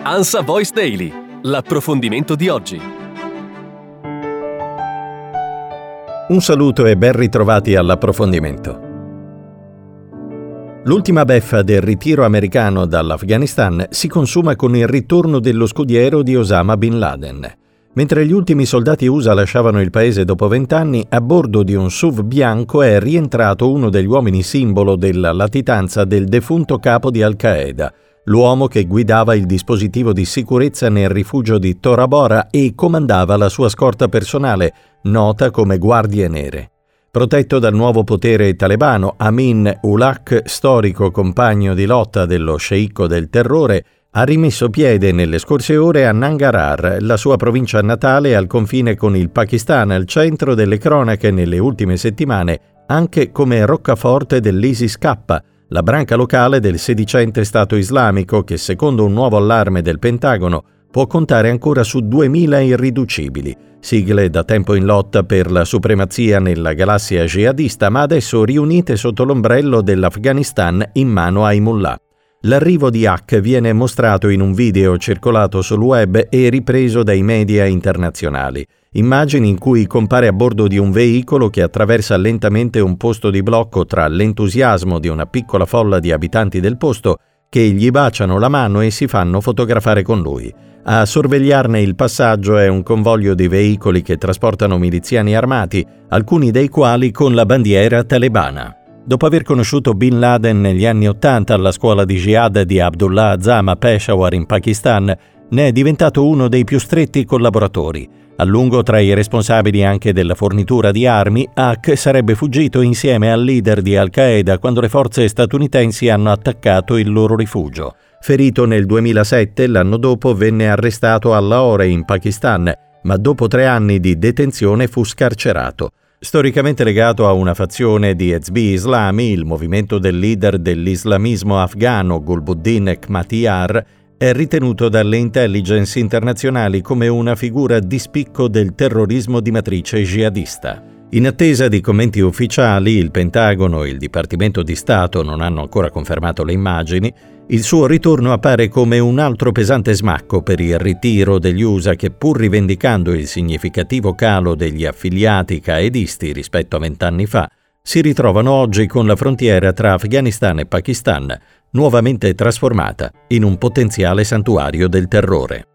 ANSA Voice Daily, l'approfondimento di oggi. Un saluto e ben ritrovati all'approfondimento. L'ultima beffa del ritiro americano dall'Afghanistan si consuma con il ritorno dello scudiero di Osama Bin Laden. Mentre gli ultimi soldati USA lasciavano il paese dopo 20 anni, a bordo di un SUV bianco è rientrato uno degli uomini simbolo della latitanza del defunto capo di Al-Qaeda, l'uomo che guidava il dispositivo di sicurezza nel rifugio di Tora Bora e comandava la sua scorta personale, nota come Guardie Nere. Protetto dal nuovo potere talebano, Amin Ulaq, storico compagno di lotta dello sceicco del terrore, ha rimesso piede nelle scorse ore a Nangarhar, la sua provincia natale al confine con il Pakistan, al centro delle cronache nelle ultime settimane, anche come roccaforte dell'ISIS-K, la branca locale del sedicente Stato islamico che, secondo un nuovo allarme del Pentagono, può contare ancora su 2000 irriducibili, sigle da tempo in lotta per la supremazia nella galassia jihadista, ma adesso riunite sotto l'ombrello dell'Afghanistan in mano ai mullah. L'arrivo di Haq viene mostrato in un video circolato sul web e ripreso dai media internazionali. Immagini in cui compare a bordo di un veicolo che attraversa lentamente un posto di blocco tra l'entusiasmo di una piccola folla di abitanti del posto che gli baciano la mano e si fanno fotografare con lui. A sorvegliarne il passaggio è un convoglio di veicoli che trasportano miliziani armati, alcuni dei quali con la bandiera talebana. Dopo aver conosciuto Bin Laden negli anni '80 alla scuola di jihad di Abdullah Azzam a Peshawar in Pakistan, ne è diventato uno dei più stretti collaboratori. A lungo tra i responsabili anche della fornitura di armi, Haq sarebbe fuggito insieme al leader di Al-Qaeda quando le forze statunitensi hanno attaccato il loro rifugio. Ferito nel 2007, l'anno dopo venne arrestato a Lahore in Pakistan, ma dopo 3 anni di detenzione fu scarcerato. Storicamente legato a una fazione di Hezbi Islami, il movimento del leader dell'islamismo afghano Gulbuddin Hekmatyar, è ritenuto dalle intelligence internazionali come una figura di spicco del terrorismo di matrice jihadista. In attesa di commenti ufficiali, il Pentagono e il Dipartimento di Stato non hanno ancora confermato le immagini. Il suo ritorno appare come un altro pesante smacco per il ritiro degli USA che, pur rivendicando il significativo calo degli affiliati qaedisti rispetto a 20 anni fa, si ritrovano oggi con la frontiera tra Afghanistan e Pakistan nuovamente trasformata in un potenziale santuario del terrore.